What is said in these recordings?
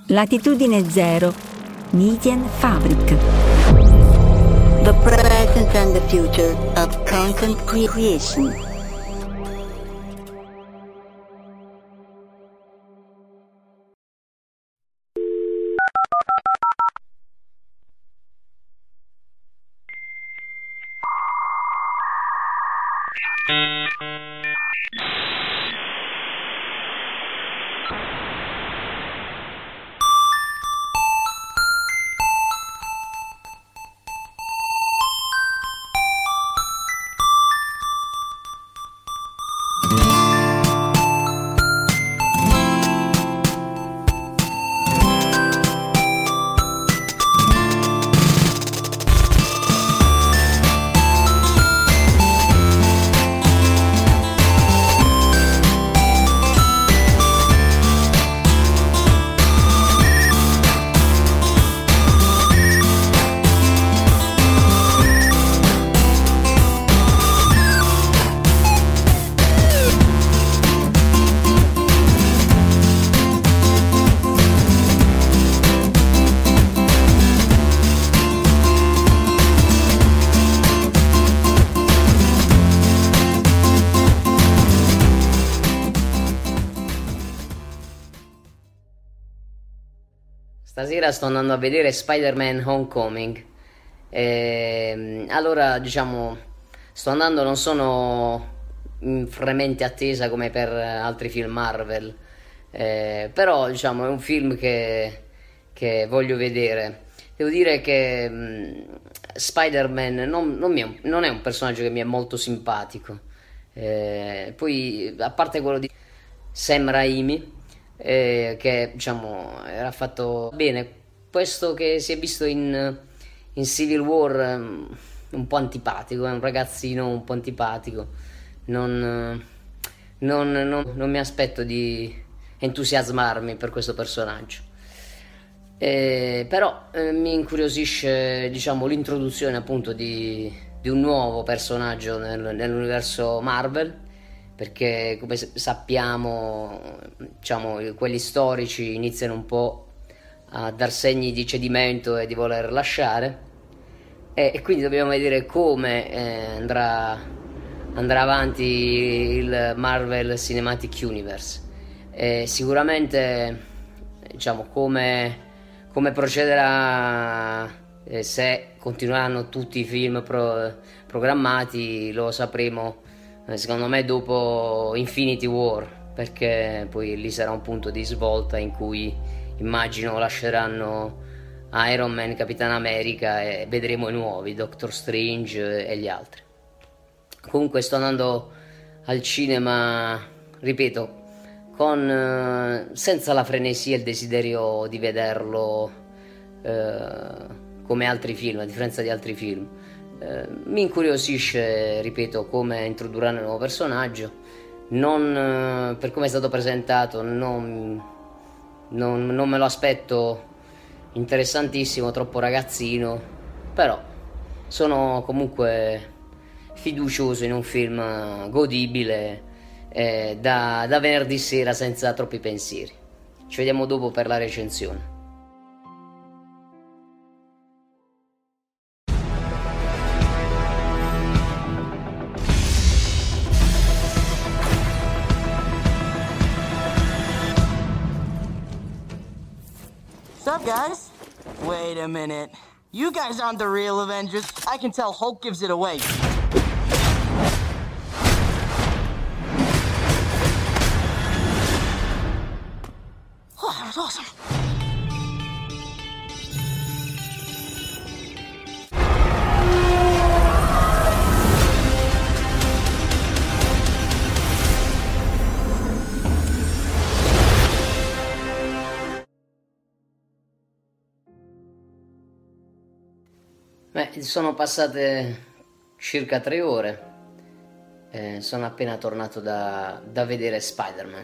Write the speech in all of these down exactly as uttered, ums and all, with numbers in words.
Latitudine Zero, Medienfabrik. The present and the future of content creation. Stasera sto andando a vedere Spider-Man Homecoming. E, allora, diciamo, sto andando, non sono in fremente attesa come per altri film Marvel, eh, però, diciamo, è un film che, che voglio vedere. Devo dire che mh, Spider-Man non, non, mi è, non è un personaggio che mi è molto simpatico. Eh, poi, a parte quello di Sam Raimi, Eh, che diciamo era fatto bene, questo che si è visto in, in Civil War, um, un po' antipatico, è un ragazzino un po' antipatico, non, non, non, non mi aspetto di entusiasmarmi per questo personaggio, eh, però eh, mi incuriosisce, diciamo, l'introduzione appunto di, di un nuovo personaggio nel, nell'universo Marvel, perché come sappiamo, diciamo, quelli storici iniziano un po' a dar segni di cedimento e di voler lasciare, e, e quindi dobbiamo vedere come eh, andrà, andrà avanti il Marvel Cinematic Universe. E sicuramente, diciamo, come, come procederà, eh, se continueranno tutti i film pro, programmati, lo sapremo secondo me dopo Infinity War, perché poi lì sarà un punto di svolta in cui immagino lasceranno Iron Man, Capitan America, e vedremo i nuovi Doctor Strange e gli altri. Comunque sto andando al cinema, ripeto, con senza la frenesia e il desiderio di vederlo eh, come altri film, a differenza di altri film. Eh, mi incuriosisce, ripeto, come introdurranno il nuovo personaggio. Non, eh, per come è stato presentato, non, non, non me lo aspetto interessantissimo, troppo ragazzino, però sono comunque fiducioso in un film godibile, eh, da, da venerdì sera senza troppi pensieri. Ci vediamo dopo per la recensione. What's up, guys? Wait a minute. You guys aren't the real Avengers. I can tell Hulk gives it away. Oh, that was awesome. Beh, sono passate circa tre ore, eh, sono appena tornato da, da vedere Spider-Man.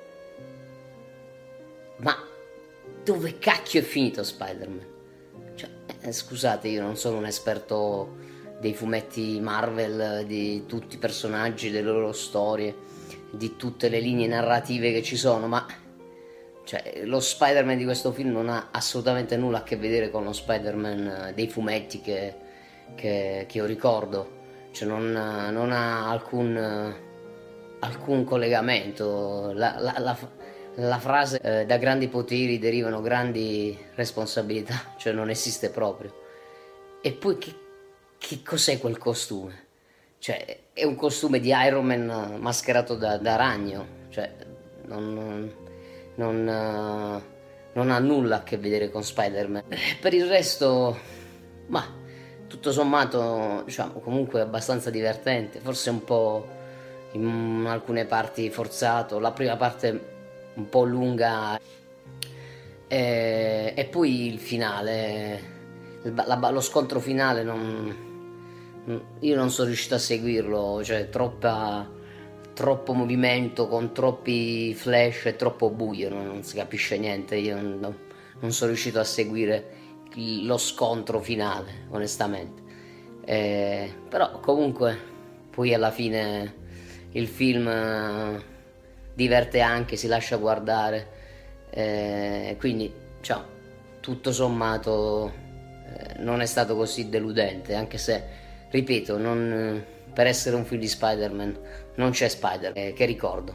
Ma dove cacchio è finito Spider-Man? Cioè, eh, scusate, io non sono un esperto dei fumetti Marvel, di tutti i personaggi, delle loro storie, di tutte le linee narrative che ci sono, ma Cioè, lo Spider-Man di questo film non ha assolutamente nulla a che vedere con lo Spider-Man dei fumetti che, che, che io ricordo. Cioè, non, non ha alcun, alcun collegamento. La, la, la, la frase eh, da grandi poteri derivano grandi responsabilità, cioè non esiste proprio. E poi che, che cos'è quel costume? Cioè, è un costume di Iron Man mascherato da, da ragno. Cioè, non... non Non, uh, non ha nulla a che vedere con Spider-Man. Per il resto, ma tutto sommato, diciamo, comunque abbastanza divertente, forse un po' in alcune parti forzato, la prima parte un po' lunga e, e poi il finale, il, la, lo scontro finale non, io non sono riuscito a seguirlo, cioè troppa troppo movimento con troppi flash e troppo buio, no? Non si capisce niente, io non, non sono riuscito a seguire lo scontro finale, onestamente. Eh, però comunque poi alla fine il film eh, diverte anche, si lascia guardare, eh, quindi cioè, tutto sommato eh, non è stato così deludente, anche se, ripeto, non, per essere un film di Spider-Man non c'è Spider, eh, che ricordo.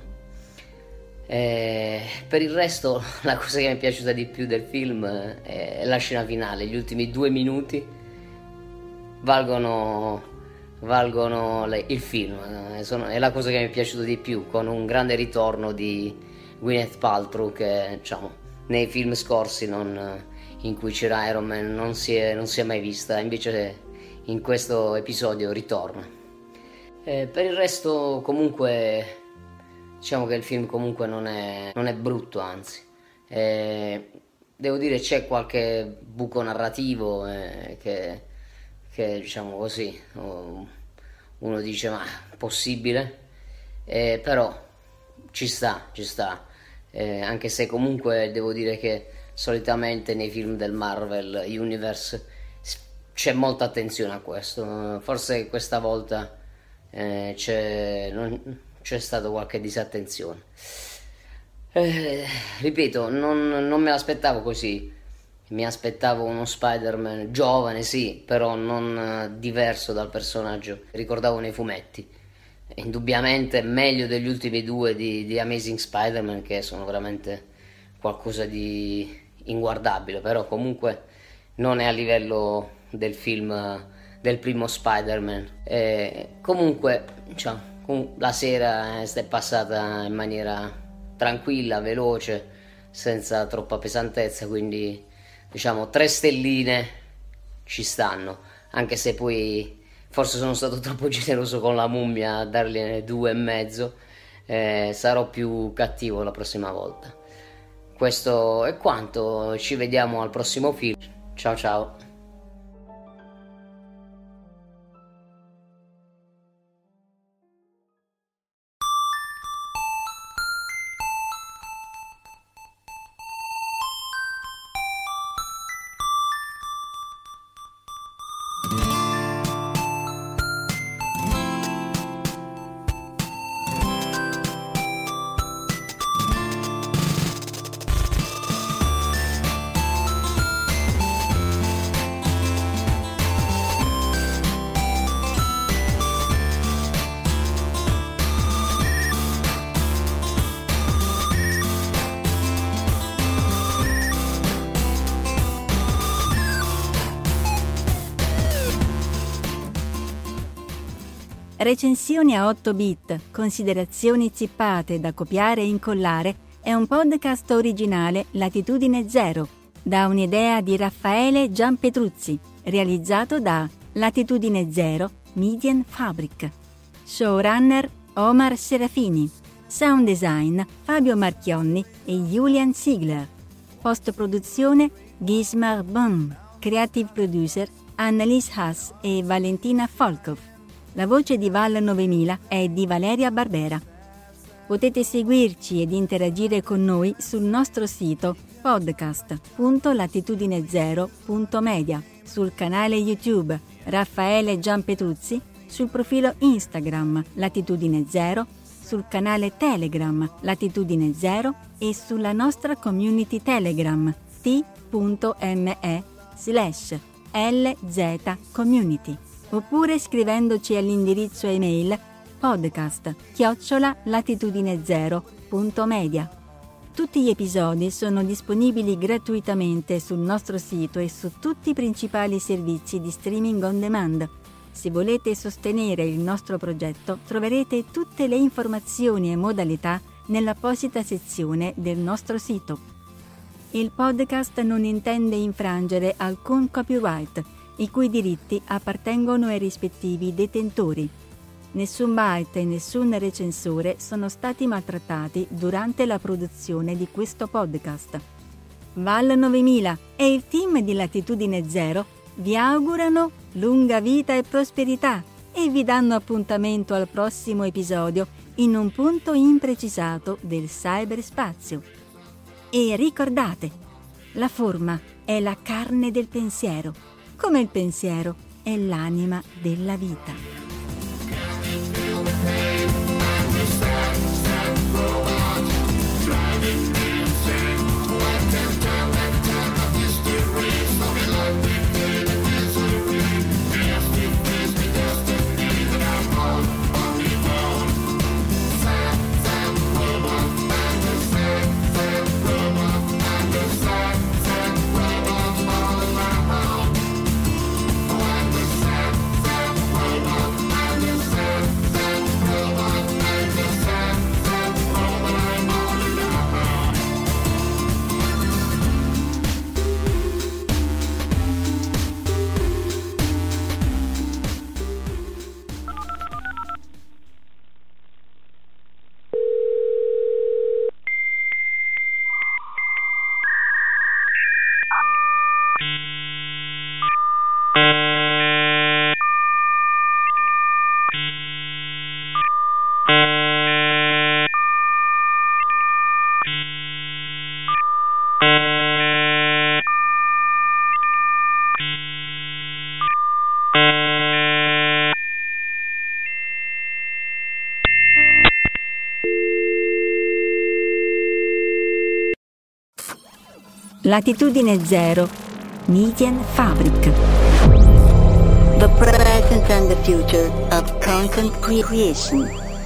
Eh, per il resto la cosa che mi è piaciuta di più del film è la scena finale. Gli ultimi due minuti valgono, valgono le, il film, eh, sono, è la cosa che mi è piaciuta di più, con un grande ritorno di Gwyneth Paltrow che, diciamo, nei film scorsi non, in cui c'era Iron Man non si, è, non si è mai vista, invece in questo episodio ritorna. Eh, per il resto comunque diciamo che il film comunque non è, non è brutto, anzi eh, devo dire c'è qualche buco narrativo eh, che, che diciamo così uno dice ma possibile, eh, però ci sta, ci sta eh, anche se comunque devo dire che solitamente nei film del Marvel Universe c'è molta attenzione a questo, forse questa volta Eh, c'è, non, c'è stata qualche disattenzione. Eh, ripeto, non, non me l'aspettavo così. Mi aspettavo uno Spider-Man giovane, sì, però non eh, diverso dal personaggio che ricordavo nei fumetti. Indubbiamente meglio degli ultimi due di, di Amazing Spider-Man, che sono veramente qualcosa di inguardabile, però comunque non è a livello del film del primo Spider-Man. Eh, comunque diciamo, la sera è passata in maniera tranquilla, veloce, senza troppa pesantezza, quindi diciamo tre stelline ci stanno, anche se poi forse sono stato troppo generoso con la mummia a dargliene due e mezzo, eh, sarò più cattivo la prossima volta. Questo è quanto, ci vediamo al prossimo film, ciao ciao. Recensioni a otto bit, considerazioni zippate da copiare e incollare è un podcast originale Latitudine Zero, da un'idea di Raffaele Gianpetruzzi, realizzato da Latitudine Zero Media Fabric. Showrunner Omar Serafini. Sound design Fabio Marchionni e Julian Ziegler. Post-produzione Gismar Bum. Creative producer Annalise Haas e Valentina Folkov. La voce di Val novemila è di Valeria Barbera. Potete seguirci ed interagire con noi sul nostro sito podcast punto latitudine zero punto media, sul canale YouTube Raffaele Gianpetruzzi, sul profilo Instagram Latitudine Zero, sul canale Telegram Latitudine Zero e sulla nostra community Telegram t.me slash lzcommunity, oppure scrivendoci all'indirizzo email podcast chiocciola latitudinezero.media. Tutti gli episodi sono disponibili gratuitamente sul nostro sito e su tutti i principali servizi di streaming on demand. Se volete sostenere il nostro progetto, troverete tutte le informazioni e modalità nell'apposita sezione del nostro sito. Il podcast non intende infrangere alcun copyright, i cui diritti appartengono ai rispettivi detentori. Nessun byte e nessun recensore sono stati maltrattati durante la produzione di questo podcast. Val novemila e il team di Latitudine Zero vi augurano lunga vita e prosperità e vi danno appuntamento al prossimo episodio in un punto imprecisato del cyberspazio. E ricordate, la forma è la carne del pensiero, come il pensiero è l'anima della vita. Latitudine Zero, Medienfabrik. The present and the future of content creation.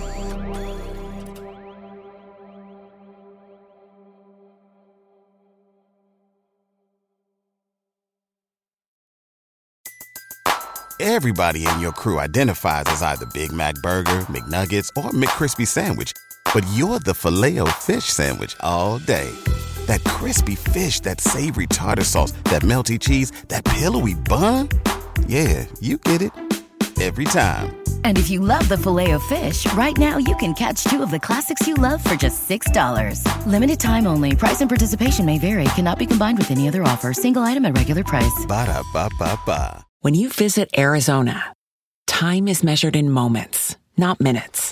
Everybody in your crew identifies as either Big Mac Burger, McNuggets, or McCrispy Sandwich. But you're the Filet-O-Fish Sandwich all day. That crispy fish, that savory tartar sauce, that melty cheese, that pillowy bun. Yeah, you get it. Every time. And if you love the Filet-O-Fish, right now you can catch two of the classics you love for just six dollars. Limited time only. Price and participation may vary. Cannot be combined with any other offer. Single item at regular price. Ba-da-ba-ba-ba. When you visit Arizona, time is measured in moments, not minutes.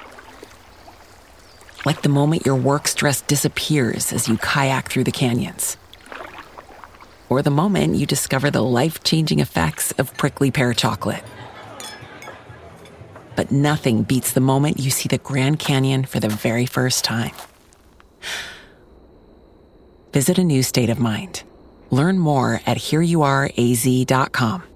Like the moment your work stress disappears as you kayak through the canyons. Or the moment you discover the life-changing effects of prickly pear chocolate. But nothing beats the moment you see the Grand Canyon for the very first time. Visit a new state of mind. Learn more at here you are a z dot com.